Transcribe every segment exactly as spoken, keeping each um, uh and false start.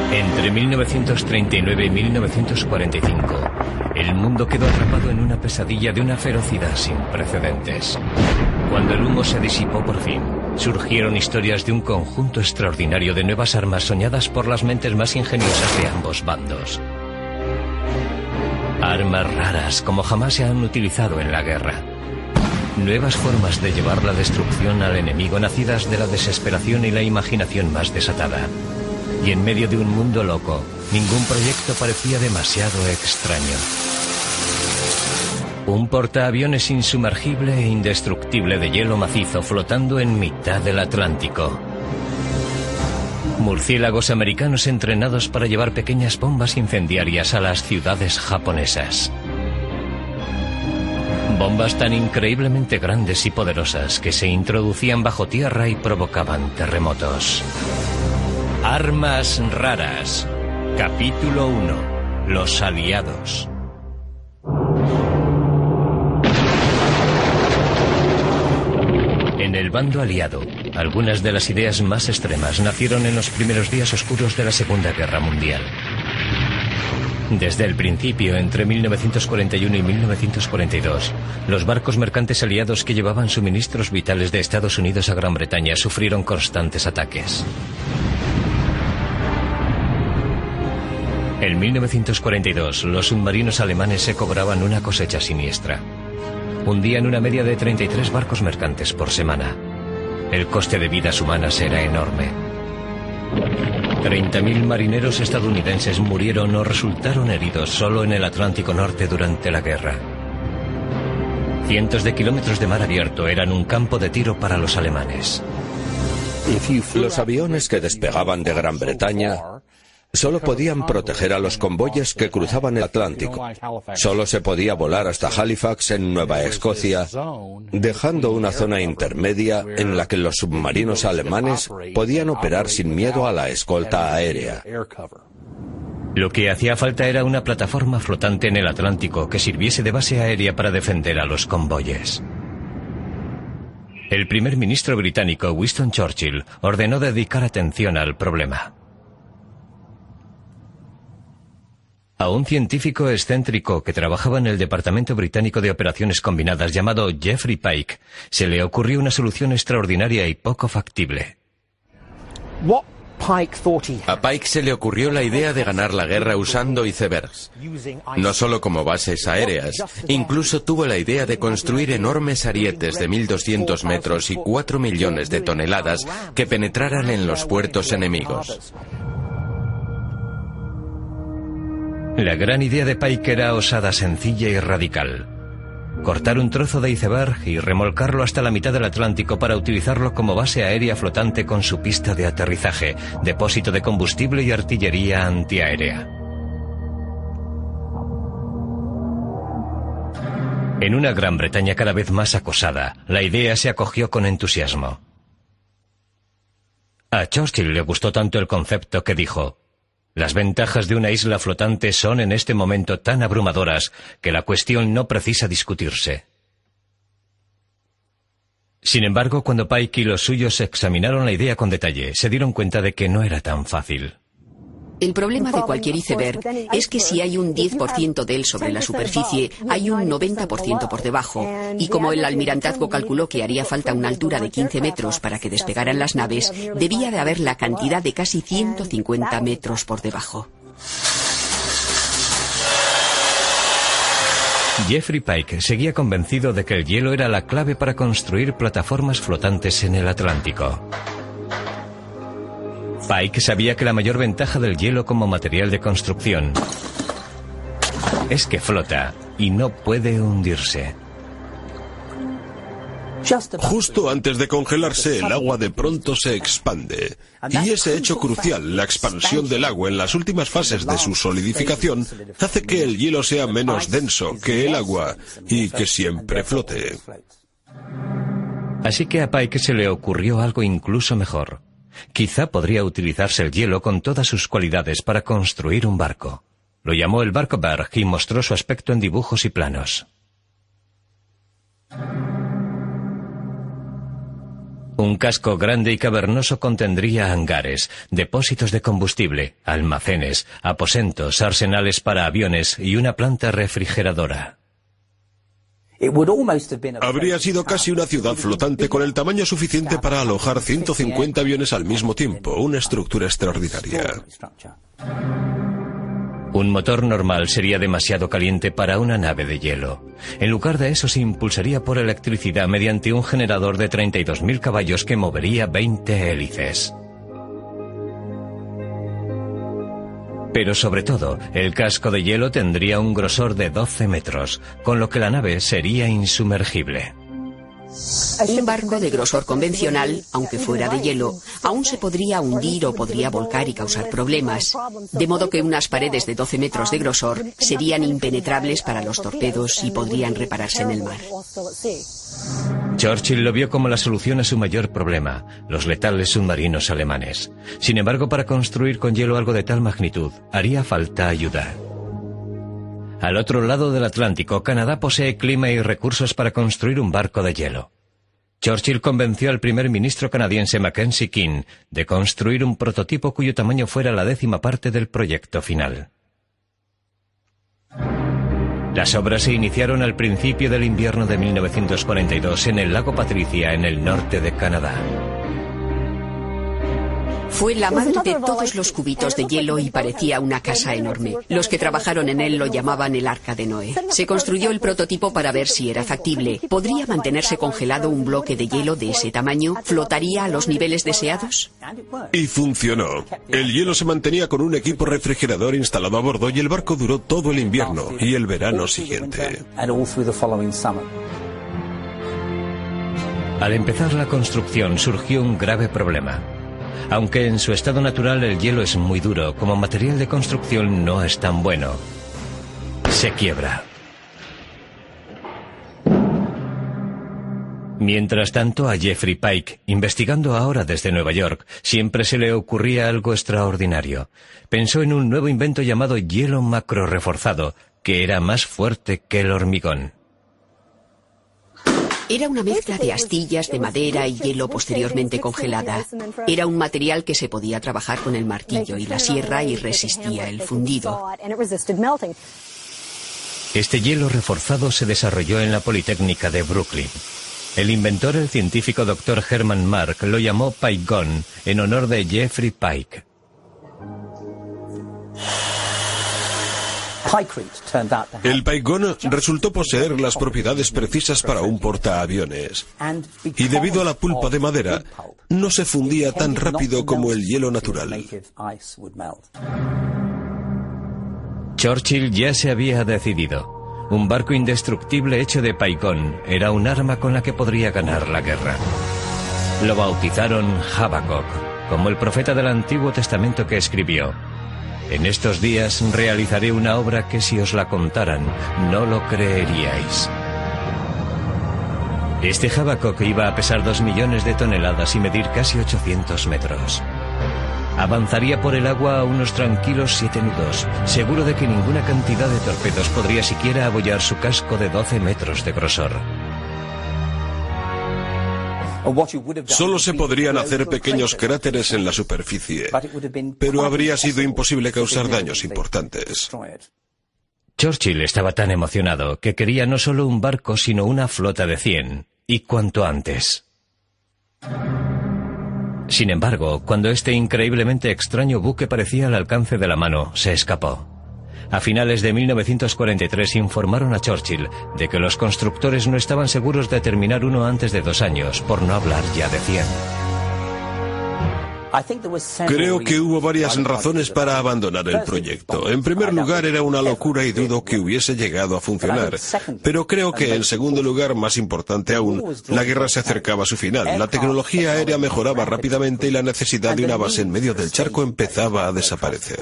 Entre mil novecientos treinta y nueve y mil novecientos cuarenta y cinco, el mundo quedó atrapado en una pesadilla de una ferocidad sin precedentes. Cuando el humo se disipó por fin, surgieron historias de un conjunto extraordinario de nuevas armas soñadas por las mentes más ingeniosas de ambos bandos. Armas raras como jamás se han utilizado en la guerra. Nuevas formas de llevar la destrucción al enemigo nacidas de la desesperación y la imaginación más desatada. Y en medio de un mundo loco, ningún proyecto parecía demasiado extraño. Un portaaviones insumergible e indestructible de hielo macizo flotando en mitad del Atlántico. Murciélagos americanos entrenados para llevar pequeñas bombas incendiarias a las ciudades japonesas. Bombas tan increíblemente grandes y poderosas que se introducían bajo tierra y provocaban terremotos. Armas raras. Capítulo uno. Los aliados. En el bando aliado, algunas de las ideas más extremas nacieron en los primeros días oscuros de la Segunda Guerra Mundial. Desde el principio, entre mil novecientos cuarenta y uno y mil novecientos cuarenta y dos, los barcos mercantes aliados que llevaban suministros vitales de Estados Unidos a Gran Bretaña sufrieron constantes ataques. En mil novecientos cuarenta y dos, los submarinos alemanes se cobraban una cosecha siniestra. Hundían una media de treinta y tres barcos mercantes por semana. El coste de vidas humanas era enorme. treinta mil marineros estadounidenses murieron o resultaron heridos solo en el Atlántico Norte durante la guerra. Cientos de kilómetros de mar abierto eran un campo de tiro para los alemanes. Los aviones que despegaban de Gran Bretaña solo podían proteger a los convoyes que cruzaban el Atlántico. Solo se podía volar hasta Halifax, en Nueva Escocia, dejando una zona intermedia en la que los submarinos alemanes podían operar sin miedo a la escolta aérea. Lo que hacía falta era una plataforma flotante en el Atlántico que sirviese de base aérea para defender a los convoyes. El primer ministro británico, Winston Churchill, ordenó dedicar atención al problema. A un científico excéntrico que trabajaba en el Departamento Británico de Operaciones Combinadas llamado Geoffrey Pike, se le ocurrió una solución extraordinaria y poco factible. A Pike se le ocurrió la idea de ganar la guerra usando icebergs, no solo como bases aéreas, incluso tuvo la idea de construir enormes arietes de mil doscientos metros y cuatro millones de toneladas que penetraran en los puertos enemigos. La gran idea de Pike era osada, sencilla y radical. Cortar un trozo de iceberg y remolcarlo hasta la mitad del Atlántico para utilizarlo como base aérea flotante con su pista de aterrizaje, depósito de combustible y artillería antiaérea. En una Gran Bretaña cada vez más acosada, la idea se acogió con entusiasmo. A Churchill le gustó tanto el concepto que dijo: las ventajas de una isla flotante son en este momento tan abrumadoras que la cuestión no precisa discutirse. Sin embargo, cuando Pike y los suyos examinaron la idea con detalle, se dieron cuenta de que no era tan fácil. El problema de cualquier iceberg es que si hay un diez por ciento de él sobre la superficie, hay un noventa por ciento por debajo. Y como el almirantazgo calculó que haría falta una altura de quince metros para que despegaran las naves, debía de haber la cantidad de casi ciento cincuenta metros por debajo. Geoffrey Pike seguía convencido de que el hielo era la clave para construir plataformas flotantes en el Atlántico. Pike sabía que la mayor ventaja del hielo como material de construcción es que flota y no puede hundirse. Justo antes de congelarse, el agua de pronto se expande. Y ese hecho crucial, la expansión del agua en las últimas fases de su solidificación, hace que el hielo sea menos denso que el agua y que siempre flote. Así que a Pike se le ocurrió algo incluso mejor. Quizá podría utilizarse el hielo con todas sus cualidades para construir un barco. Lo llamó el barco Berg y mostró su aspecto en dibujos y planos. Un casco grande y cavernoso contendría hangares, depósitos de combustible, almacenes, aposentos, arsenales para aviones y una planta refrigeradora. Habría sido casi una ciudad flotante con el tamaño suficiente para alojar ciento cincuenta aviones al mismo tiempo, una estructura extraordinaria. Un motor normal sería demasiado caliente para una nave de hielo. En lugar de eso se impulsaría por electricidad mediante un generador de treinta y dos mil caballos que movería veinte hélices. Pero sobre todo, el casco de hielo tendría un grosor de doce metros, con lo que la nave sería insumergible. Un barco de grosor convencional, aunque fuera de hielo, aún se podría hundir o podría volcar y causar problemas, de modo que unas paredes de doce metros de grosor serían impenetrables para los torpedos y podrían repararse en el mar. Churchill lo vio como la solución a su mayor problema, los letales submarinos alemanes. Sin embargo, para construir con hielo algo de tal magnitud, haría falta ayuda. Al otro lado del Atlántico, Canadá posee clima y recursos para construir un barco de hielo. Churchill convenció al primer ministro canadiense Mackenzie King de construir un prototipo cuyo tamaño fuera la décima parte del proyecto final. Las obras se iniciaron al principio del invierno de mil novecientos cuarenta y dos en el lago Patricia, en el norte de Canadá. Fue la madre de todos los cubitos de hielo y parecía una casa enorme. Los que trabajaron en él lo llamaban el Arca de Noé. Se construyó el prototipo para ver si era factible. ¿Podría mantenerse congelado un bloque de hielo de ese tamaño? ¿Flotaría a los niveles deseados? Y funcionó. El hielo se mantenía con un equipo refrigerador instalado a bordo y el barco duró todo el invierno y el verano siguiente. Al empezar la construcción surgió un grave problema. Aunque en su estado natural el hielo es muy duro, como material de construcción no es tan bueno. Se quiebra. Mientras tanto, a Jeffrey Pike, investigando ahora desde Nueva York, siempre se le ocurría algo extraordinario. Pensó en un nuevo invento llamado hielo macro reforzado, que era más fuerte que el hormigón. Era una mezcla de astillas de madera y hielo posteriormente congelada. Era un material que se podía trabajar con el martillo y la sierra y resistía el fundido. Este hielo reforzado se desarrolló en la Politécnica de Brooklyn. El inventor, el científico doctor Herman Mark, lo llamó Pike-Gun en honor de Jeffrey Pike. El Pike-Gun resultó poseer las propiedades precisas para un portaaviones. Y debido a la pulpa de madera, no se fundía tan rápido como el hielo natural. Churchill ya se había decidido. Un barco indestructible hecho de Pike-Gun era un arma con la que podría ganar la guerra. Lo bautizaron Habakkuk, como el profeta del Antiguo Testamento que escribió: en estos días realizaré una obra que si os la contaran, no lo creeríais. Este Habakkuk iba a pesar dos millones de toneladas y medir casi ochocientos metros. Avanzaría por el agua a unos tranquilos siete nudos, seguro de que ninguna cantidad de torpedos podría siquiera abollar su casco de doce metros de grosor. Solo se podrían hacer pequeños cráteres en la superficie, pero habría sido imposible causar daños importantes. Churchill estaba tan emocionado que quería no solo un barco, sino una flota de cien, y cuanto antes. Sin embargo, cuando este increíblemente extraño buque parecía al alcance de la mano, se escapó. A finales de mil novecientos cuarenta y tres informaron a Churchill de que los constructores no estaban seguros de terminar uno antes de dos años, por no hablar ya de cien. Creo que hubo varias razones para abandonar el proyecto. En primer lugar, era una locura y dudo que hubiese llegado a funcionar. Pero creo que, en segundo lugar, más importante aún, la guerra se acercaba a su final. La tecnología aérea mejoraba rápidamente y la necesidad de una base en medio del charco empezaba a desaparecer.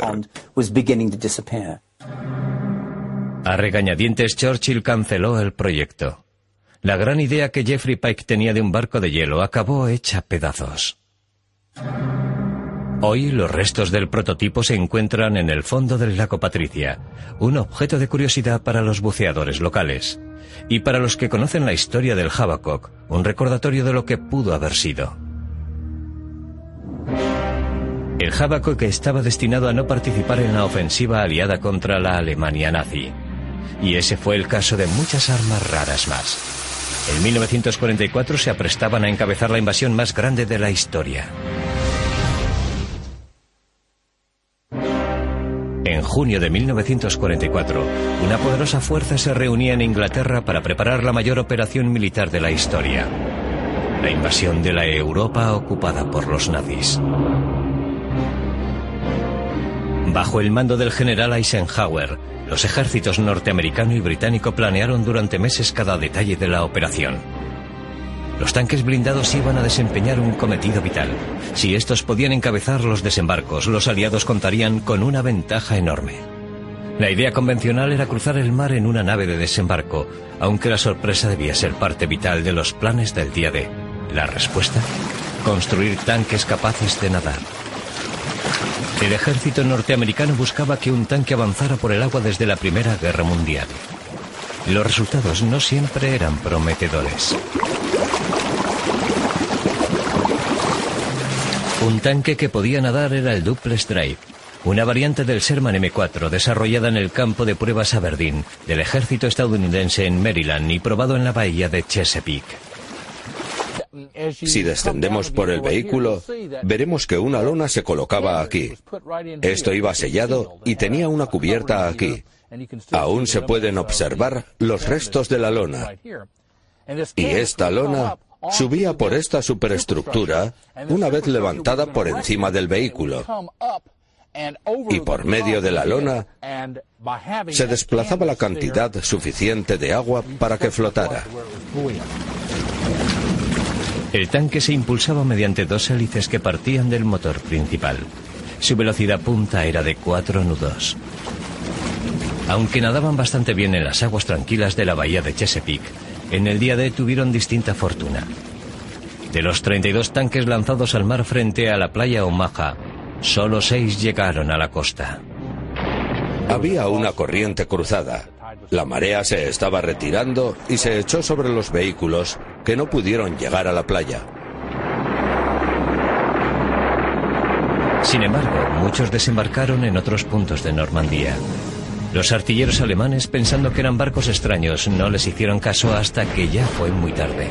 A regañadientes, Churchill canceló el proyecto. La gran idea que Jeffrey Pike tenía de un barco de hielo acabó hecha pedazos. Hoy los restos del prototipo se encuentran en el fondo del lago Patricia, un objeto de curiosidad para los buceadores locales, y para los que conocen la historia del Habakkuk, un recordatorio de lo que pudo haber sido. El Habakuk estaba destinado a no participar en la ofensiva aliada contra la Alemania nazi. Y ese fue el caso de muchas armas raras más. En mil novecientos cuarenta y cuatro se aprestaban a encabezar la invasión más grande de la historia. En junio de mil novecientos cuarenta y cuatro, una poderosa fuerza se reunía en Inglaterra para preparar la mayor operación militar de la historia: la invasión de la Europa ocupada por los nazis. Bajo el mando del general Eisenhower, los ejércitos norteamericano y británico planearon durante meses cada detalle de la operación. Los tanques blindados iban a desempeñar un cometido vital. Si estos podían encabezar los desembarcos, los aliados contarían con una ventaja enorme. La idea convencional era cruzar el mar en una nave de desembarco, aunque la sorpresa debía ser parte vital de los planes del día D. La respuesta: construir tanques capaces de nadar. El ejército norteamericano buscaba que un tanque avanzara por el agua desde la Primera Guerra Mundial. Los resultados no siempre eran prometedores. Un tanque que podía nadar era el Duplex Drive, una variante del Sherman eme cuatro desarrollada en el campo de pruebas Aberdeen del ejército estadounidense en Maryland y probado en la bahía de Chesapeake. Si descendemos por el vehículo, veremos que una lona se colocaba aquí. Esto iba sellado y tenía una cubierta aquí. Aún se pueden observar los restos de la lona. Y esta lona subía por esta superestructura una vez levantada por encima del vehículo. Y por medio de la lona se desplazaba la cantidad suficiente de agua para que flotara. El tanque se impulsaba mediante dos hélices que partían del motor principal. Su velocidad punta era de cuatro nudos. Aunque nadaban bastante bien en las aguas tranquilas de la bahía de Chesapeake, en el día D tuvieron distinta fortuna. De los treinta y dos tanques lanzados al mar frente a la playa Omaha, solo seis llegaron a la costa. Había una corriente cruzada. La marea se estaba retirando y se echó sobre los vehículos, que no pudieron llegar a la playa. Sin embargo, muchos desembarcaron en otros puntos de Normandía. Los artilleros alemanes, pensando que eran barcos extraños, no les hicieron caso hasta que ya fue muy tarde.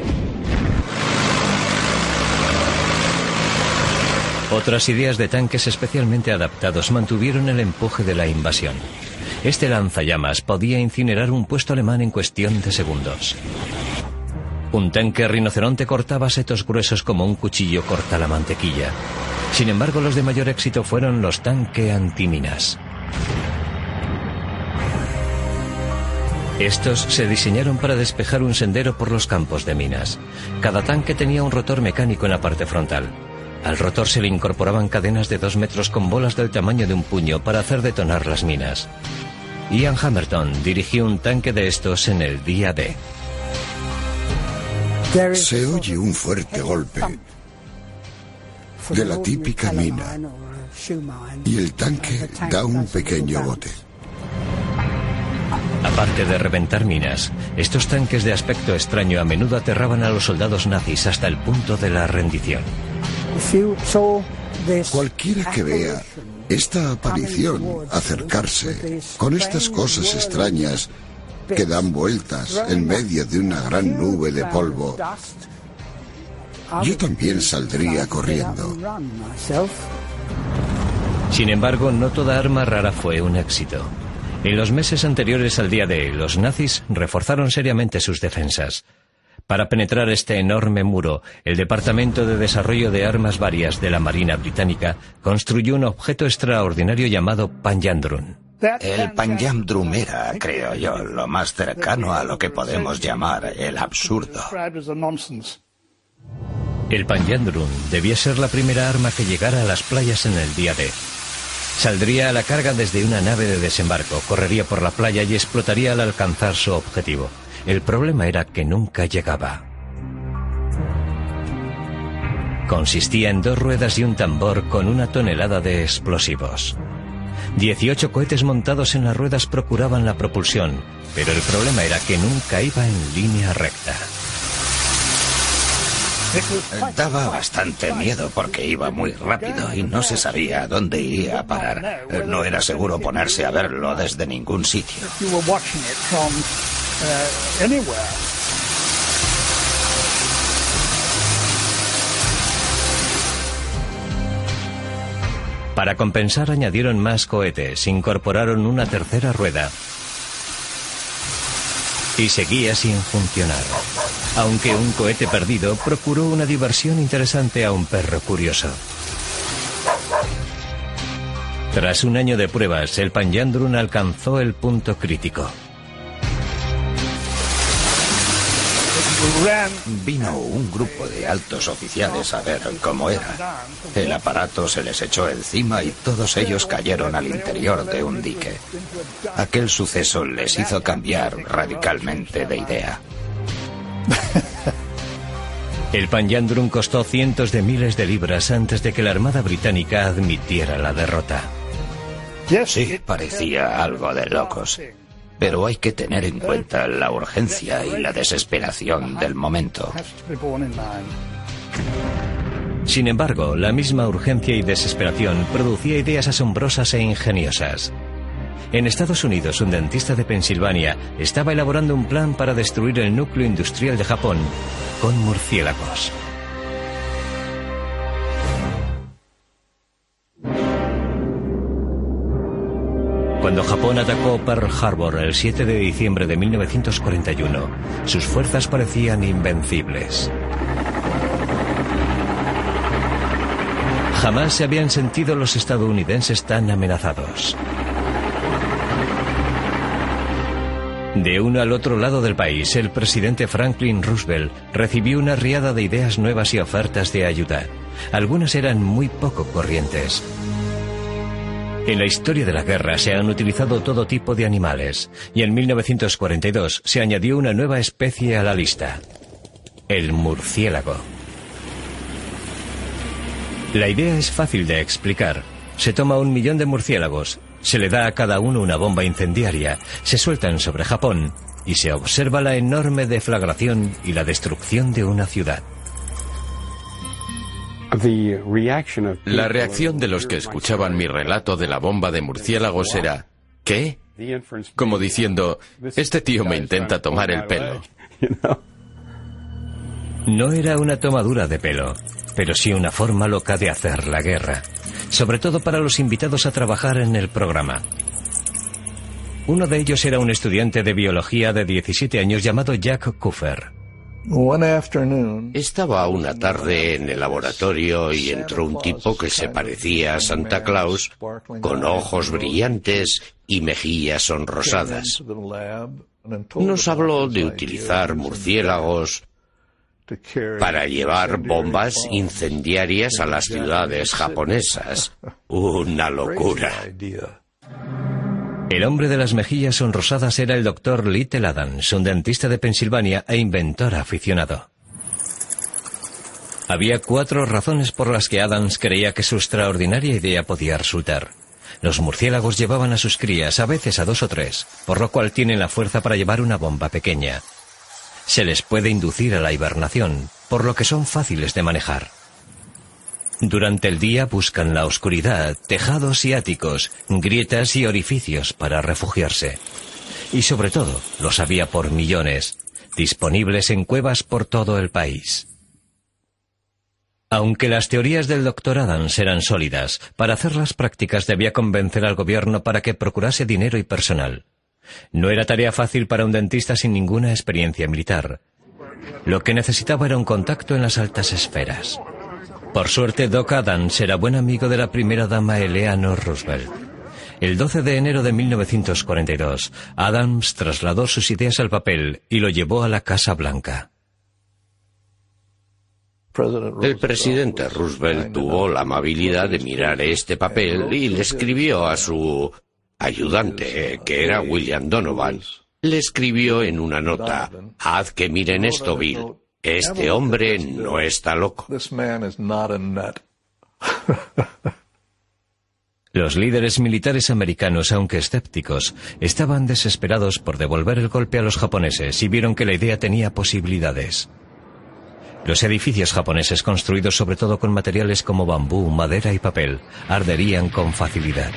Otras ideas de tanques especialmente adaptados mantuvieron el empuje de la invasión. Este lanzallamas podía incinerar un puesto alemán en cuestión de segundos. Un tanque rinoceronte cortaba setos gruesos como un cuchillo corta la mantequilla. Sin embargo, los de mayor éxito fueron los tanques antiminas. Estos se diseñaron para despejar un sendero por los campos de minas. Cada tanque tenía un rotor mecánico en la parte frontal. Al rotor se le incorporaban cadenas de dos metros con bolas del tamaño de un puño para hacer detonar las minas. Ian Hamilton dirigió un tanque de estos en el día D. Se oye un fuerte golpe de la típica mina y el tanque da un pequeño bote. Aparte de reventar minas, estos tanques de aspecto extraño a menudo aterraban a los soldados nazis hasta el punto de la rendición. Cualquiera que vea esta aparición acercarse con estas cosas extrañas que dan vueltas en medio de una gran nube de polvo, yo también saldría corriendo. Sin embargo, no toda arma rara fue un éxito. En los meses anteriores al día D, los nazis reforzaron seriamente sus defensas. Para penetrar este enorme muro, el Departamento de Desarrollo de Armas Varias de la Marina Británica construyó un objeto extraordinario llamado Panjandrum. El Panjandrum era, creo yo, lo más cercano a lo que podemos llamar el absurdo. El Panjandrum debía ser la primera arma que llegara a las playas en el día D. Saldría a la carga desde una nave de desembarco, correría por la playa y explotaría al alcanzar su objetivo. El problema era que nunca llegaba. Consistía en dos ruedas y un tambor con una tonelada de explosivos. Dieciocho cohetes montados en las ruedas procuraban la propulsión, pero el problema era que nunca iba en línea recta. Daba bastante miedo porque iba muy rápido y no se sabía a dónde iría a parar. No era seguro ponerse a verlo desde ningún sitio. Para compensar, añadieron más cohetes, incorporaron una tercera rueda. Y seguía sin funcionar. Aunque un cohete perdido procuró una diversión interesante a un perro curioso. Tras un año de pruebas, el Panjandrum alcanzó el punto crítico. Vino un grupo de altos oficiales a ver cómo era. El aparato se les echó encima y todos ellos cayeron al interior de un dique. Aquel suceso les hizo cambiar radicalmente de idea. El Panjandrum costó cientos de miles de libras antes de que la Armada Británica admitiera la derrota. Sí, parecía algo de locos. Pero hay que tener en cuenta la urgencia y la desesperación del momento. Sin embargo, la misma urgencia y desesperación producía ideas asombrosas e ingeniosas. En Estados Unidos, un dentista de Pensilvania estaba elaborando un plan para destruir el núcleo industrial de Japón con murciélagos. Cuando Japón atacó Pearl Harbor el siete de diciembre de mil novecientos cuarenta y uno, sus fuerzas parecían invencibles. Jamás se habían sentido los estadounidenses tan amenazados. De uno al otro lado del país, el presidente Franklin Roosevelt recibió una riada de ideas nuevas y ofertas de ayuda. Algunas eran muy poco corrientes. En la historia de la guerra se han utilizado todo tipo de animales, y en mil novecientos cuarenta y dos se añadió una nueva especie a la lista: el murciélago. La idea es fácil de explicar. Se toma un millón de murciélagos, se le da a cada uno una bomba incendiaria, se sueltan sobre Japón y se observa la enorme deflagración y la destrucción de una ciudad. La reacción de los que escuchaban mi relato de la bomba de murciélagos era: ¿qué? Como diciendo, este tío me intenta tomar el pelo. No era una tomadura de pelo, pero sí una forma loca de hacer la guerra, sobre todo para los invitados a trabajar en el programa. Uno de ellos era un estudiante de biología de diecisiete años llamado Jack Cooper. Estaba una tarde en el laboratorio y entró un tipo que se parecía a Santa Claus, con ojos brillantes y mejillas sonrosadas. Nos habló de utilizar murciélagos para llevar bombas incendiarias a las ciudades japonesas. Una locura. El hombre de las mejillas sonrosadas era el doctor Little Adams, un dentista de Pensilvania e inventor aficionado. Había cuatro razones por las que Adams creía que su extraordinaria idea podía resultar. Los murciélagos llevaban a sus crías, a veces a dos o tres, por lo cual tienen la fuerza para llevar una bomba pequeña. Se les puede inducir a la hibernación, por lo que son fáciles de manejar. Durante el día buscan la oscuridad, tejados y áticos, grietas y orificios para refugiarse. Y sobre todo, los había por millones, disponibles en cuevas por todo el país. Aunque las teorías del doctor Adams eran sólidas, para hacer las prácticas debía convencer al gobierno para que procurase dinero y personal. No era tarea fácil para un dentista sin ninguna experiencia militar. Lo que necesitaba era un contacto en las altas esferas. Por suerte, Doc Adams era buen amigo de la primera dama Eleanor Roosevelt. El doce de enero de mil novecientos cuarenta y dos, Adams trasladó sus ideas al papel y lo llevó a la Casa Blanca. El presidente Roosevelt tuvo la amabilidad de mirar este papel y le escribió a su ayudante, que era William Donovan. Le escribió en una nota: haz que miren esto, Bill. Este hombre no está loco. Los líderes militares americanos, aunque escépticos, estaban desesperados por devolver el golpe a los japoneses y vieron que la idea tenía posibilidades. Los edificios japoneses, construidos sobre todo con materiales como bambú, madera y papel, arderían con facilidad.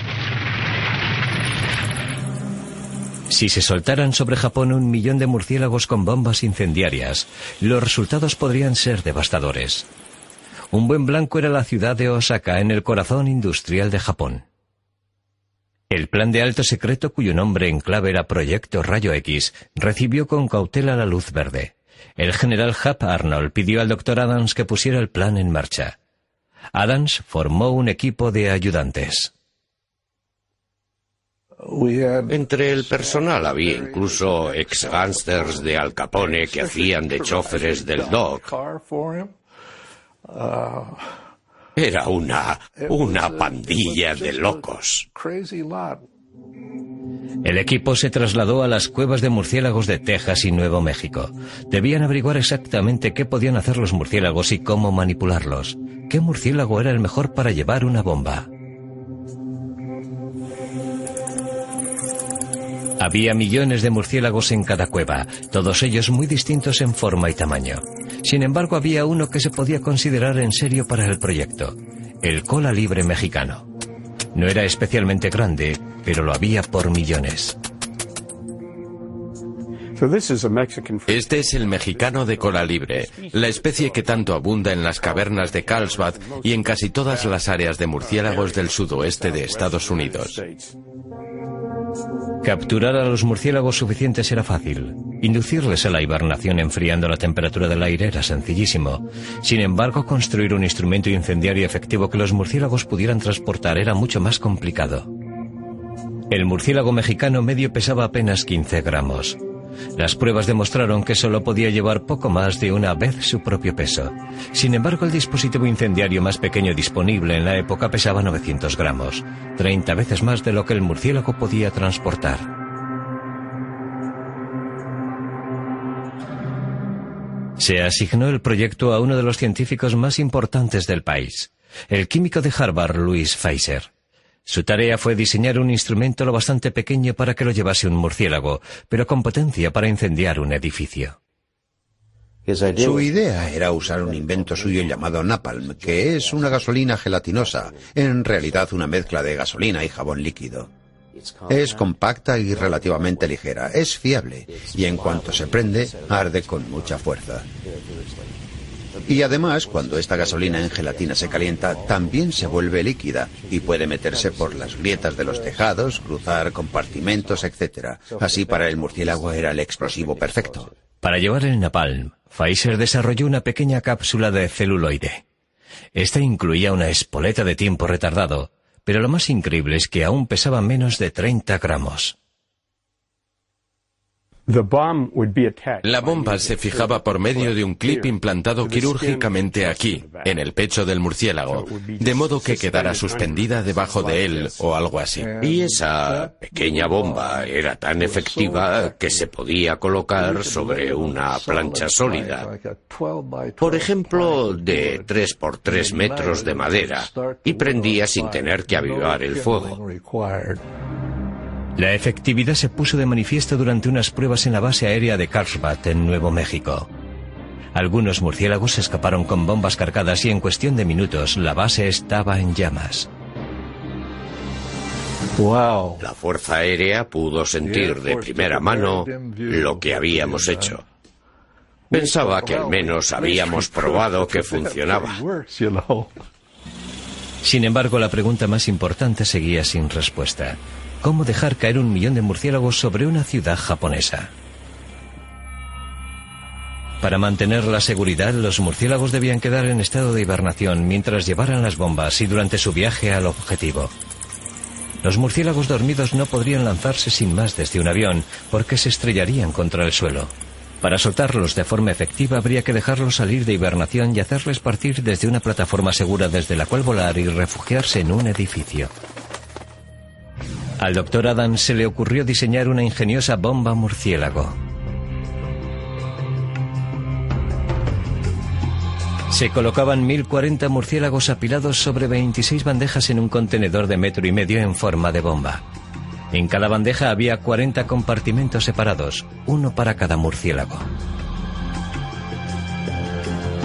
Si se soltaran sobre Japón un millón de murciélagos con bombas incendiarias, los resultados podrían ser devastadores. Un buen blanco era la ciudad de Osaka, en el corazón industrial de Japón. El plan de alto secreto, cuyo nombre en clave era Proyecto Rayo X, recibió con cautela la luz verde. El general Hap Arnold pidió al doctor Adams que pusiera el plan en marcha. Adams formó un equipo de ayudantes. Entre el personal había incluso ex-gángsters de Al Capone que hacían de choferes del Doc. Era una, una pandilla de locos. El equipo se trasladó a las cuevas de murciélagos de Texas y Nuevo México. Debían averiguar exactamente qué podían hacer los murciélagos y cómo manipularlos. ¿Qué murciélago era el mejor para llevar una bomba? Había millones de murciélagos en cada cueva, todos ellos muy distintos en forma y tamaño. Sin embargo, había uno que se podía considerar en serio para el proyecto: el cola libre mexicano. No era especialmente grande, pero lo había por millones. Este es el mexicano de cola libre, la especie que tanto abunda en las cavernas de Carlsbad y en casi todas las áreas de murciélagos del sudoeste de Estados Unidos. Capturar a los murciélagos suficientes era fácil. Inducirles a la hibernación enfriando la temperatura del aire era sencillísimo. Sin embargo, construir un instrumento incendiario efectivo que los murciélagos pudieran transportar era mucho más complicado. El murciélago mexicano medio pesaba apenas quince gramos. Las pruebas demostraron que solo podía llevar poco más de una vez su propio peso. Sin embargo, el dispositivo incendiario más pequeño disponible en la época pesaba novecientos gramos, treinta veces más de lo que el murciélago podía transportar. Se asignó el proyecto a uno de los científicos más importantes del país, el químico de Harvard, Louis Feiser. Su tarea fue diseñar un instrumento lo bastante pequeño para que lo llevase un murciélago, pero con potencia para incendiar un edificio. Su idea era usar un invento suyo llamado napalm, que es una gasolina gelatinosa, en realidad una mezcla de gasolina y jabón líquido. Es compacta y relativamente ligera, es fiable, y en cuanto se prende, arde con mucha fuerza. Y además, cuando esta gasolina en gelatina se calienta, también se vuelve líquida y puede meterse por las grietas de los tejados, cruzar compartimentos, etcétera. Así, para el murciélago era el explosivo perfecto. Para llevar el napalm, Feiser desarrolló una pequeña cápsula de celuloide. Esta incluía una espoleta de tiempo retardado, pero lo más increíble es que aún pesaba menos de treinta gramos. La bomba se fijaba por medio de un clip implantado quirúrgicamente aquí, en el pecho del murciélago, de modo que quedara suspendida debajo de él o algo así. Y esa pequeña bomba era tan efectiva que se podía colocar sobre una plancha sólida, por ejemplo, de tres por tres metros de madera, y prendía sin tener que avivar el fuego. La efectividad se puso de manifiesto durante unas pruebas en la base aérea de Carlsbad, en Nuevo México. Algunos murciélagos escaparon con bombas cargadas y en cuestión de minutos la base estaba en llamas. Wow. La Fuerza Aérea pudo sentir de primera mano lo que habíamos hecho. Pensaba que al menos habíamos probado que funcionaba. Sin embargo, la pregunta más importante seguía sin respuesta. ¿Cómo dejar caer un millón de murciélagos sobre una ciudad japonesa? Para mantener la seguridad, los murciélagos debían quedar en estado de hibernación mientras llevaran las bombas y durante su viaje al objetivo. Los murciélagos dormidos no podrían lanzarse sin más desde un avión porque se estrellarían contra el suelo. Para soltarlos de forma efectiva habría que dejarlos salir de hibernación y hacerles partir desde una plataforma segura desde la cual volar y refugiarse en un edificio. Al doctor Adams se le ocurrió diseñar una ingeniosa bomba murciélago. Se colocaban mil cuarenta murciélagos apilados sobre veintiséis bandejas en un contenedor de metro y medio en forma de bomba. En cada bandeja había cuarenta compartimentos separados, uno para cada murciélago.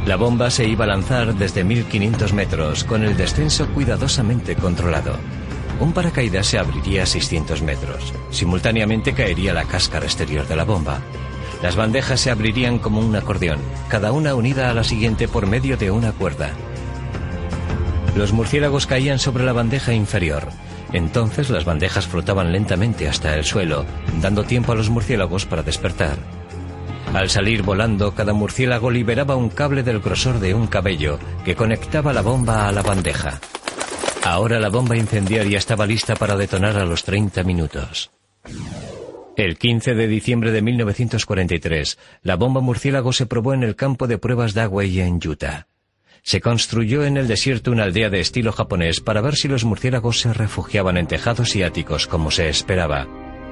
La bomba se iba a lanzar desde mil quinientos metros, con el descenso cuidadosamente controlado. Un paracaídas se abriría a seiscientos metros. Simultáneamente caería la cáscara exterior de la bomba. Las bandejas se abrirían como un acordeón, cada una unida a la siguiente por medio de una cuerda. Los murciélagos caían sobre la bandeja inferior. Entonces las bandejas flotaban lentamente hasta el suelo, dando tiempo a los murciélagos para despertar. Al salir volando, cada murciélago liberaba un cable del grosor de un cabello que conectaba la bomba a la bandeja. Ahora la bomba incendiaria estaba lista para detonar a los treinta minutos. El quince de diciembre de mil novecientos cuarenta y tres, la bomba murciélago se probó en el campo de pruebas Dagway en Utah. Se construyó en el desierto una aldea de estilo japonés para ver si los murciélagos se refugiaban en tejados y áticos como se esperaba.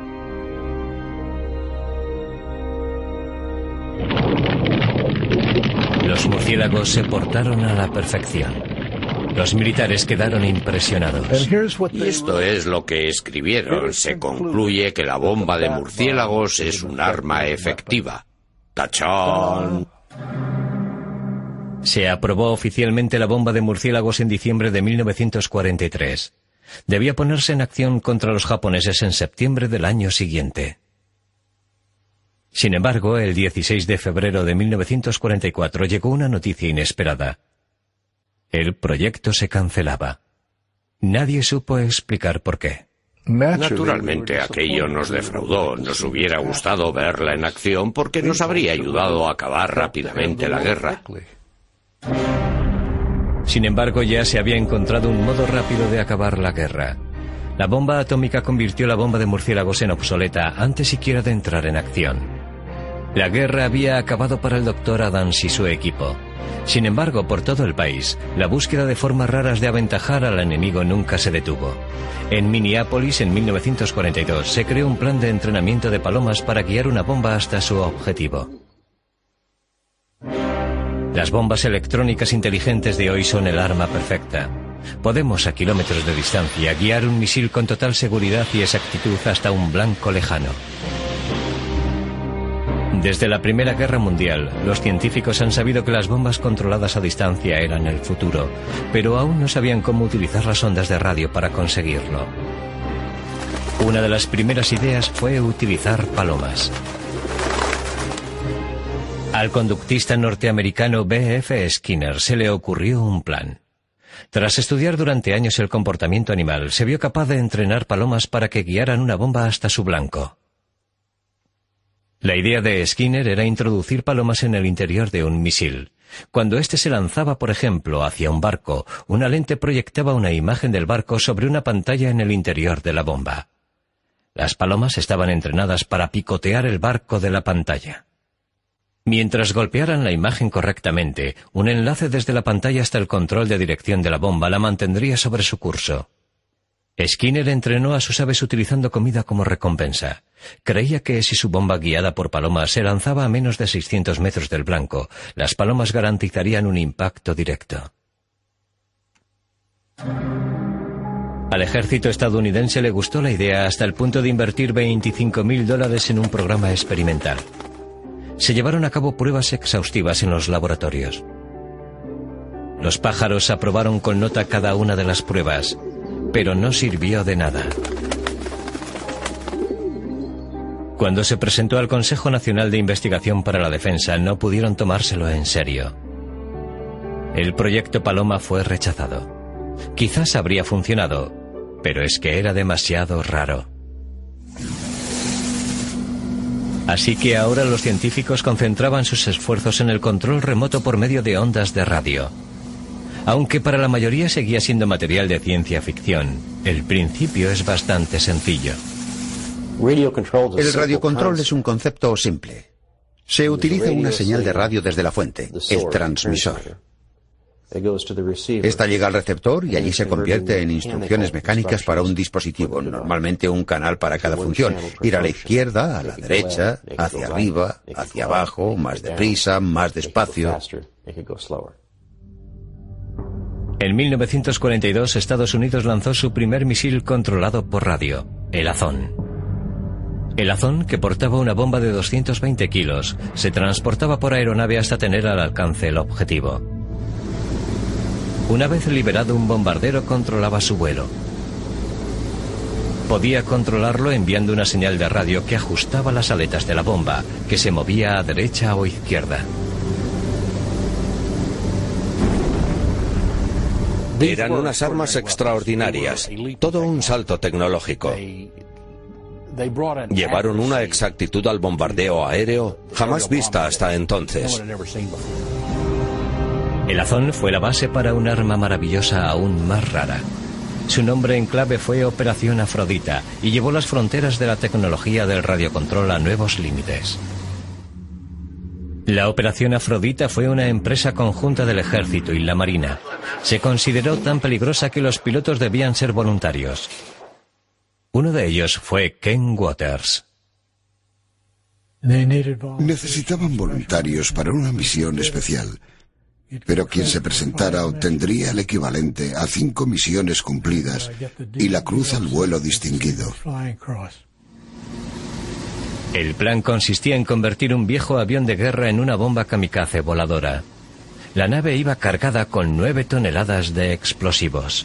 Los murciélagos se portaron a la perfección. Los militares quedaron impresionados. Y esto es lo que escribieron. Se concluye que la bomba de murciélagos es un arma efectiva. ¡Tachán! Se aprobó oficialmente la bomba de murciélagos en diciembre de mil novecientos cuarenta y tres. Debía ponerse en acción contra los japoneses en septiembre del año siguiente. Sin embargo, el dieciséis de febrero de mil novecientos cuarenta y cuatro llegó una noticia inesperada. El proyecto se cancelaba. Nadie supo explicar por qué. Naturalmente aquello nos defraudó. Nos hubiera gustado verla en acción porque nos habría ayudado a acabar rápidamente la guerra. Sin embargo, ya se había encontrado un modo rápido de acabar la guerra. La bomba atómica convirtió la bomba de murciélagos en obsoleta antes siquiera de entrar en acción. La guerra había acabado para el doctor Adams y su equipo. Sin embargo, por todo el país, la búsqueda de formas raras de aventajar al enemigo nunca se detuvo. En Minneapolis, en mil novecientos cuarenta y dos, se creó un plan de entrenamiento de palomas para guiar una bomba hasta su objetivo. Las bombas electrónicas inteligentes de hoy son el arma perfecta. Podemos, a kilómetros de distancia, guiar un misil con total seguridad y exactitud hasta un blanco lejano. Desde la Primera Guerra Mundial, los científicos han sabido que las bombas controladas a distancia eran el futuro, pero aún no sabían cómo utilizar las ondas de radio para conseguirlo. Una de las primeras ideas fue utilizar palomas. Al conductista norteamericano B F Skinner se le ocurrió un plan. Tras estudiar durante años el comportamiento animal, se vio capaz de entrenar palomas para que guiaran una bomba hasta su blanco. La idea de Skinner era introducir palomas en el interior de un misil. Cuando éste se lanzaba, por ejemplo, hacia un barco, una lente proyectaba una imagen del barco sobre una pantalla en el interior de la bomba. Las palomas estaban entrenadas para picotear el barco de la pantalla. Mientras golpearan la imagen correctamente, un enlace desde la pantalla hasta el control de dirección de la bomba la mantendría sobre su curso. Skinner entrenó a sus aves utilizando comida como recompensa. Creía que si su bomba guiada por palomas se lanzaba a menos de seiscientos metros del blanco, las palomas garantizarían un impacto directo. Al ejército estadounidense le gustó la idea hasta el punto de invertir veinticinco mil dólares en un programa experimental. Se llevaron a cabo pruebas exhaustivas en los laboratorios. Los pájaros aprobaron con nota cada una de las pruebas, pero no sirvió de nada. Cuando se presentó al Consejo Nacional de Investigación para la Defensa, no pudieron tomárselo en serio. El proyecto Paloma fue rechazado. Quizás habría funcionado, pero es que era demasiado raro. Así que ahora los científicos concentraban sus esfuerzos en el control remoto por medio de ondas de radio. Aunque para la mayoría seguía siendo material de ciencia ficción, el principio es bastante sencillo. El radiocontrol es un concepto simple. Se utiliza una señal de radio desde la fuente, el transmisor. Esta llega al receptor y allí se convierte en instrucciones mecánicas para un dispositivo, normalmente un canal para cada función. Ir a la izquierda, a la derecha, hacia arriba, hacia abajo, más deprisa, más despacio. En mil novecientos cuarenta y dos, Estados Unidos lanzó su primer misil controlado por radio, el Azón. El Azón, que portaba una bomba de doscientos veinte kilos, se transportaba por aeronave hasta tener al alcance el objetivo. Una vez liberado, un bombardero controlaba su vuelo. Podía controlarlo enviando una señal de radio que ajustaba las aletas de la bomba, que se movía a derecha o izquierda. Eran unas armas extraordinarias, todo un salto tecnológico. Llevaron una exactitud al bombardeo aéreo jamás vista hasta entonces. El Azón fue la base para un arma maravillosa aún más rara. Su nombre en clave fue Operación Afrodita y llevó las fronteras de la tecnología del radiocontrol a nuevos límites. La Operación Afrodita fue una empresa conjunta del Ejército y la Marina. Se consideró tan peligrosa que los pilotos debían ser voluntarios. Uno de ellos fue Ken Waters. Necesitaban voluntarios para una misión especial, pero quien se presentara obtendría el equivalente a cinco misiones cumplidas y la cruz al vuelo distinguido. El plan consistía en convertir un viejo avión de guerra en una bomba kamikaze voladora. La nave iba cargada con nueve toneladas de explosivos.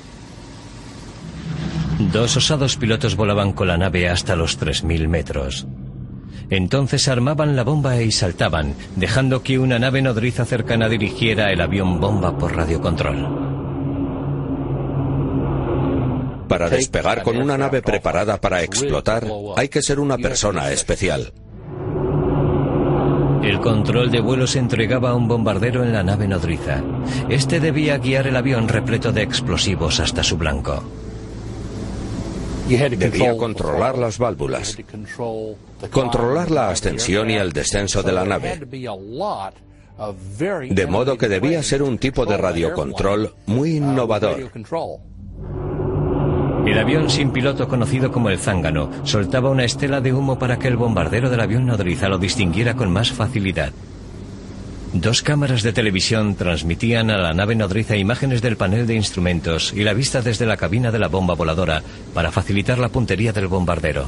Dos osados pilotos volaban con la nave hasta los tres mil metros. Entonces armaban la bomba y saltaban, dejando que una nave nodriza cercana dirigiera el avión bomba por radiocontrol. Para despegar con una nave preparada para explotar, hay que ser una persona especial. El control de vuelo se entregaba a un bombardero en la nave nodriza. Este debía guiar el avión repleto de explosivos hasta su blanco. Debía controlar las válvulas, controlar la ascensión y el descenso de la nave. De modo que debía ser un tipo de radiocontrol muy innovador. El avión sin piloto, conocido como el Zángano, soltaba una estela de humo para que el bombardero del avión nodriza lo distinguiera con más facilidad. Dos cámaras de televisión transmitían a la nave nodriza imágenes del panel de instrumentos y la vista desde la cabina de la bomba voladora para facilitar la puntería del bombardero.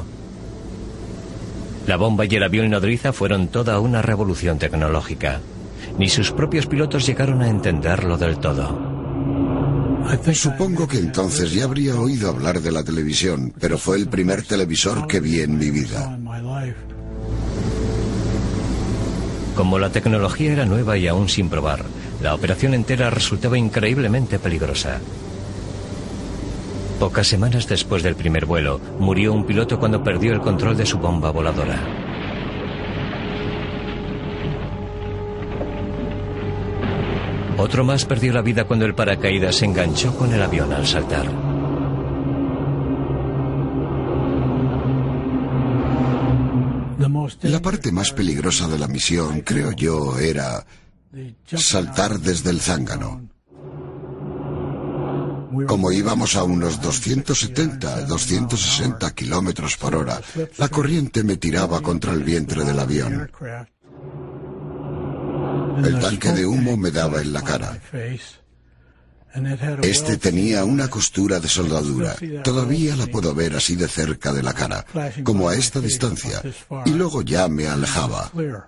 La bomba y el avión nodriza fueron toda una revolución tecnológica. Ni sus propios pilotos llegaron a entenderlo del todo. Supongo que entonces ya habría oído hablar de la televisión, pero fue el primer televisor que vi en mi vida. Como la tecnología era nueva y aún sin probar, la operación entera resultaba increíblemente peligrosa. Pocas semanas después del primer vuelo, murió un piloto cuando perdió el control de su bomba voladora. Otro más perdió la vida cuando el paracaídas se enganchó con el avión al saltar. La parte más peligrosa de la misión, creo yo, era saltar desde el Zángano. Como íbamos a unos doscientos setenta, doscientos sesenta kilómetros por hora, la corriente me tiraba contra el vientre del avión. El tanque de humo me daba en la cara. Este tenía una costura de soldadura. Todavía la puedo ver así de cerca de la cara, como a esta distancia, y luego ya me alejaba.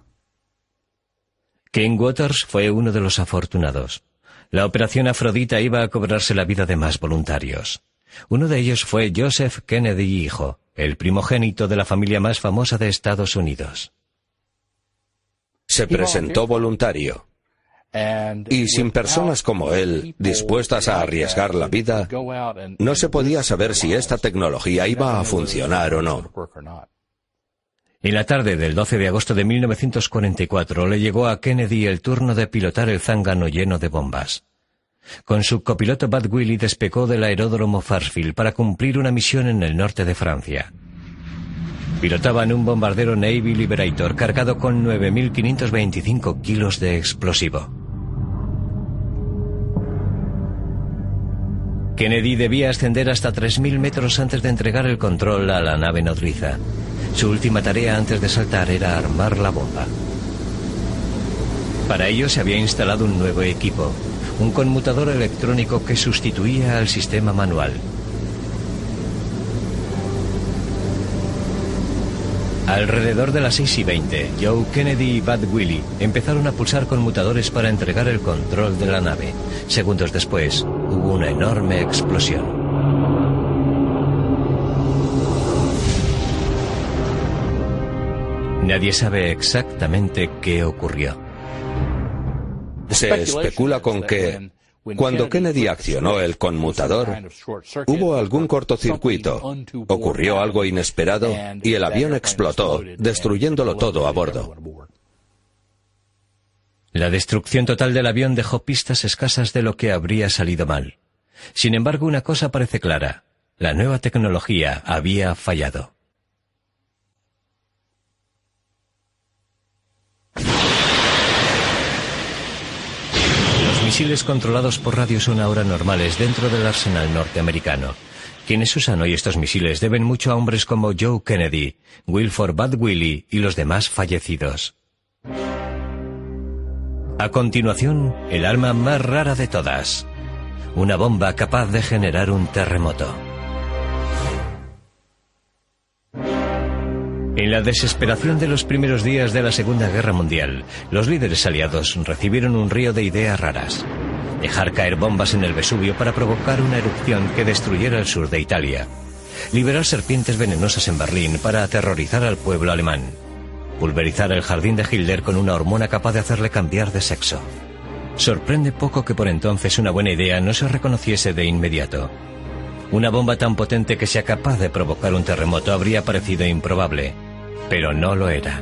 Ken Waters fue uno de los afortunados. La operación Afrodita iba a cobrarse la vida de más voluntarios. Uno de ellos fue Joseph Kennedy hijo, el primogénito de la familia más famosa de Estados Unidos. Se presentó voluntario. Y sin personas como él, dispuestas a arriesgar la vida, no se podía saber si esta tecnología iba a funcionar o no. En la tarde del doce de agosto de mil novecientos cuarenta y cuatro le llegó a Kennedy el turno de pilotar el Zángano lleno de bombas. Con su copiloto Bud Willie despegó del aeródromo Fairfield para cumplir una misión en el norte de Francia. Pilotaban un bombardero Navy Liberator cargado con nueve mil quinientos veinticinco kilos de explosivo. Kennedy debía ascender hasta tres mil metros antes de entregar el control a la nave nodriza. Su última tarea antes de saltar era armar la bomba. Para ello se había instalado un nuevo equipo, un conmutador electrónico que sustituía al sistema manual. Alrededor de las seis y veinte, Joe Kennedy y Bud Willie empezaron a pulsar conmutadores para entregar el control de la nave. Segundos después, hubo una enorme explosión. Nadie sabe exactamente qué ocurrió. Se especula con que, cuando Kennedy accionó el conmutador, hubo algún cortocircuito, ocurrió algo inesperado y el avión explotó, destruyéndolo todo a bordo. La destrucción total del avión dejó pistas escasas de lo que habría salido mal. Sin embargo, una cosa parece clara: la nueva tecnología había fallado. Los misiles controlados por radio son ahora normales dentro del arsenal norteamericano. Quienes usan hoy estos misiles deben mucho a hombres como Joe Kennedy, Wilford Bud Willie y los demás fallecidos. A continuación, el arma más rara de todas: una bomba capaz de generar un terremoto. En la desesperación de los primeros días de la Segunda Guerra Mundial, los líderes aliados recibieron un río de ideas raras. Dejar caer bombas en el Vesubio para provocar una erupción que destruyera el sur de Italia. Liberar serpientes venenosas en Berlín para aterrorizar al pueblo alemán. Pulverizar el jardín de Hitler con una hormona capaz de hacerle cambiar de sexo. Sorprende poco que por entonces una buena idea no se reconociese de inmediato. Una bomba tan potente que sea capaz de provocar un terremoto habría parecido improbable, pero no lo era.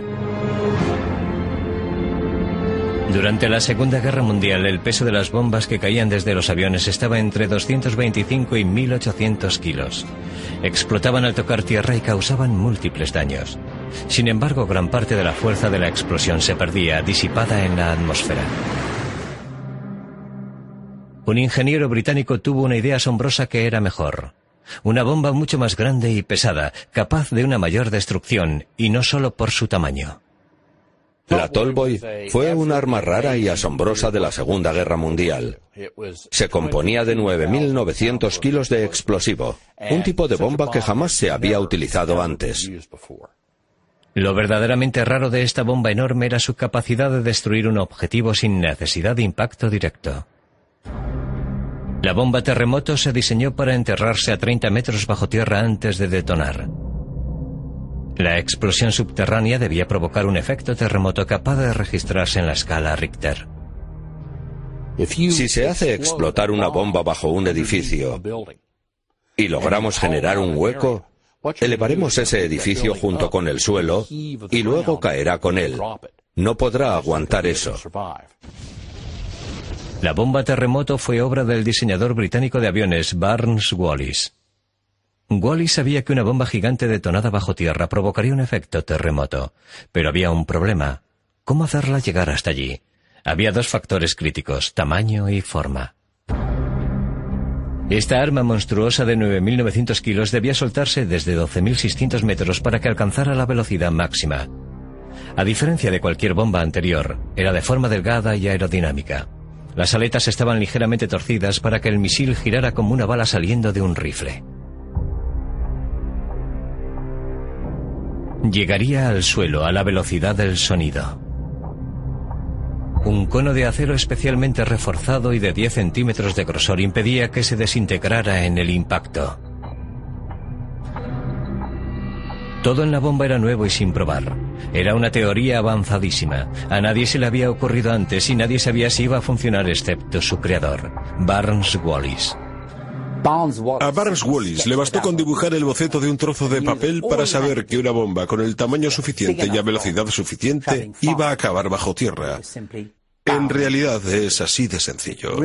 Durante la Segunda Guerra Mundial, el peso de las bombas que caían desde los aviones estaba entre doscientos veinticinco y mil ochocientos kilos. Explotaban al tocar tierra y causaban múltiples daños. Sin embargo, gran parte de la fuerza de la explosión se perdía, disipada en la atmósfera. Un ingeniero británico tuvo una idea asombrosa que era mejor. Una bomba mucho más grande y pesada, capaz de una mayor destrucción, y no solo por su tamaño. La Tallboy fue un arma rara y asombrosa de la Segunda Guerra Mundial. Se componía de nueve mil novecientos kilos de explosivo, un tipo de bomba que jamás se había utilizado antes. Lo verdaderamente raro de esta bomba enorme era su capacidad de destruir un objetivo sin necesidad de impacto directo. La bomba terremoto se diseñó para enterrarse a treinta metros bajo tierra antes de detonar. La explosión subterránea debía provocar un efecto terremoto capaz de registrarse en la escala Richter. Si se hace explotar una bomba bajo un edificio y logramos generar un hueco, elevaremos ese edificio junto con el suelo y luego caerá con él. No podrá aguantar eso. La bomba terremoto fue obra del diseñador británico de aviones Barnes Wallis. Wallis sabía que una bomba gigante detonada bajo tierra provocaría un efecto terremoto, pero había un problema: ¿cómo hacerla llegar hasta allí? Había dos factores críticos: tamaño y forma. Esta arma monstruosa de nueve mil novecientos kilos debía soltarse desde doce mil seiscientos metros para que alcanzara la velocidad máxima. A diferencia de cualquier bomba anterior, era de forma delgada y aerodinámica. Las aletas estaban ligeramente torcidas para que el misil girara como una bala saliendo de un rifle. Llegaría al suelo a la velocidad del sonido. Un cono de acero especialmente reforzado y de diez centímetros de grosor impedía que se desintegrara en el impacto. Todo en la bomba era nuevo y sin probar. Era una teoría avanzadísima. A nadie se le había ocurrido antes y nadie sabía si iba a funcionar excepto su creador, Barnes Wallis. A Barnes Wallis le bastó con dibujar el boceto de un trozo de papel para saber que una bomba con el tamaño suficiente y a velocidad suficiente iba a acabar bajo tierra. En realidad es así de sencillo.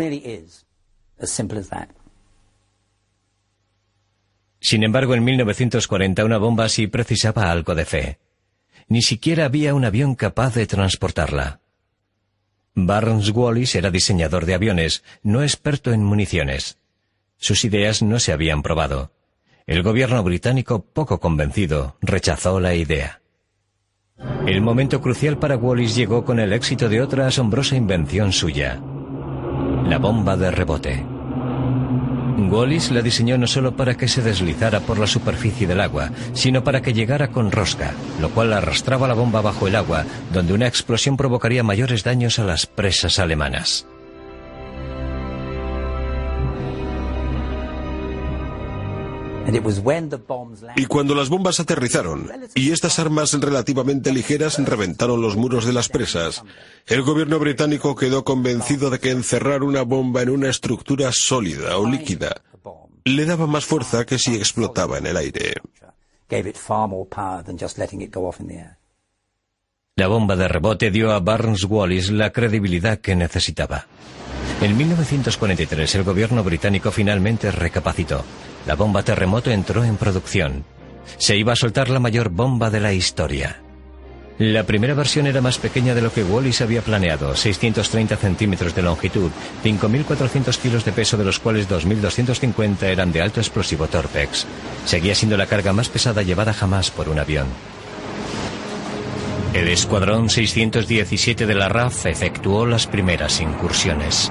Sin embargo, en mil novecientos cuarenta una bomba así precisaba algo de fe. Ni siquiera había un avión capaz de transportarla. Barnes Wallis era diseñador de aviones, no experto en municiones. Sus ideas no se habían probado. El gobierno británico, poco convencido, rechazó la idea. El momento crucial para Wallis llegó con el éxito de otra asombrosa invención suya: la bomba de rebote. Wallis la diseñó no solo para que se deslizara por la superficie del agua, sino para que llegara con rosca, lo cual arrastraba la bomba bajo el agua, donde una explosión provocaría mayores daños a las presas alemanas. Y cuando las bombas aterrizaron, y estas armas relativamente ligeras reventaron los muros de las presas, el gobierno británico quedó convencido de que encerrar una bomba en una estructura sólida o líquida le daba más fuerza que si explotaba en el aire. La bomba de rebote dio a Barnes Wallis la credibilidad que necesitaba. En mil novecientos cuarenta y tres el gobierno británico finalmente recapacitó. La bomba terremoto entró en producción. Se iba a soltar la mayor bomba de la historia. La primera versión era más pequeña de lo que Wallis había planeado, seiscientos treinta centímetros de longitud, cinco mil cuatrocientos kilos de peso, de los cuales dos mil doscientos cincuenta eran de alto explosivo Torpex. Seguía siendo la carga más pesada llevada jamás por un avión. El escuadrón seiscientos diecisiete de la R A F efectuó las primeras incursiones.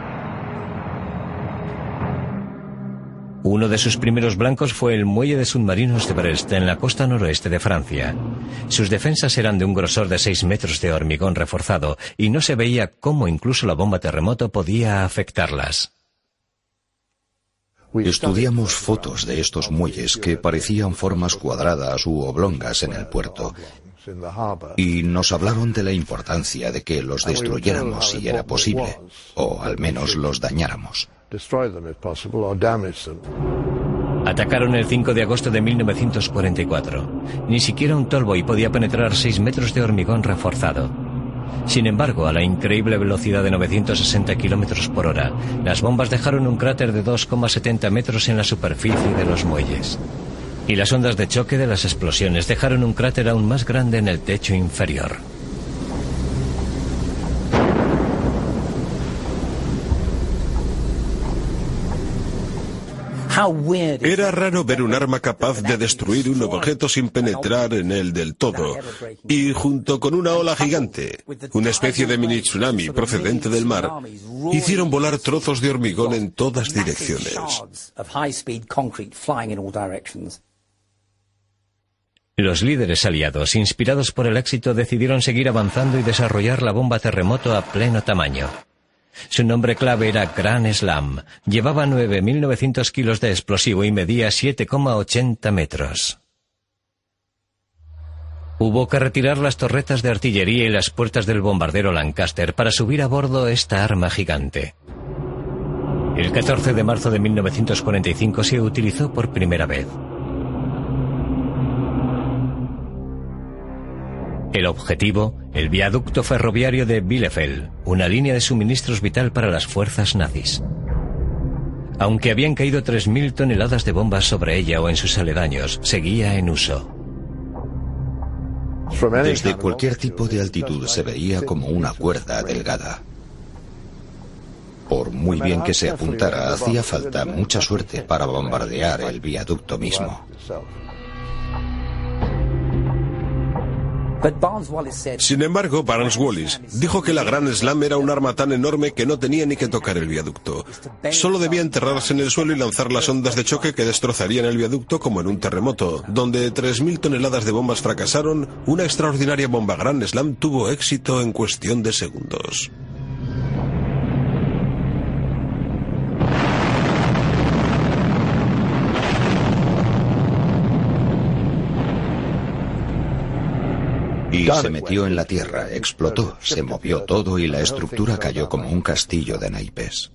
Uno de sus primeros blancos fue el muelle de submarinos de Brest, en la costa noroeste de Francia. Sus defensas eran de un grosor de seis metros de hormigón reforzado, y no se veía cómo incluso la bomba terremoto podía afectarlas. Estudiamos fotos de estos muelles que parecían formas cuadradas u oblongas en el puerto, y nos hablaron de la importancia de que los destruyéramos si era posible, o al menos los dañáramos. Atacaron el cinco de agosto de mil novecientos cuarenta y cuatro. Ni siquiera un tallboy podía penetrar seis metros de hormigón reforzado. Sin embargo, a la increíble velocidad de novecientos sesenta kilómetros por hora, las bombas dejaron un cráter de dos coma setenta metros en la superficie de los muelles. Y las ondas de choque de las explosiones dejaron un cráter aún más grande en el techo inferior. Era raro ver un arma capaz de destruir un objeto sin penetrar en él del todo, y junto con una ola gigante, una especie de mini tsunami procedente del mar, hicieron volar trozos de hormigón en todas direcciones. Los líderes aliados, inspirados por el éxito, decidieron seguir avanzando y desarrollar la bomba terremoto a pleno tamaño. Su nombre clave era Grand Slam. Llevaba nueve mil novecientos kilos de explosivo y medía siete coma ochenta metros. Hubo que retirar las torretas de artillería y las puertas del bombardero Lancaster para subir a bordo esta arma gigante. El catorce de marzo de mil novecientos cuarenta y cinco se utilizó por primera vez. El objetivo, el viaducto ferroviario de Bielefeld, una línea de suministros vital para las fuerzas nazis. Aunque habían caído tres mil toneladas de bombas sobre ella o en sus aledaños, seguía en uso. Desde cualquier tipo de altitud se veía como una cuerda delgada. Por muy bien que se apuntara, hacía falta mucha suerte para bombardear el viaducto mismo. Sin embargo, Barnes Wallis dijo que la Grand Slam era un arma tan enorme que no tenía ni que tocar el viaducto. Solo debía enterrarse en el suelo y lanzar las ondas de choque que destrozarían el viaducto como en un terremoto. Donde tres mil toneladas de bombas fracasaron, una extraordinaria bomba Grand Slam tuvo éxito en cuestión de segundos. Y se metió en la tierra, explotó, se movió todo y la estructura cayó como un castillo de naipes.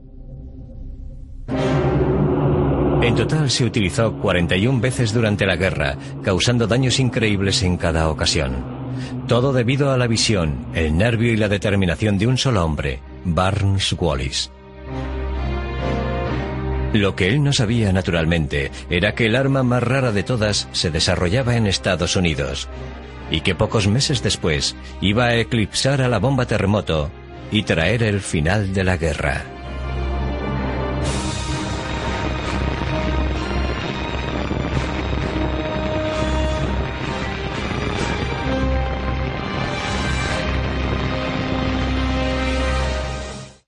En total se utilizó cuarenta y una veces durante la guerra, causando daños increíbles en cada ocasión. Todo debido a la visión, el nervio y la determinación de un solo hombre, Barnes Wallis. Lo que él no sabía, naturalmente, era que el arma más rara de todas se desarrollaba en Estados Unidos, y que pocos meses después iba a eclipsar a la bomba terremoto y traer el final de la guerra.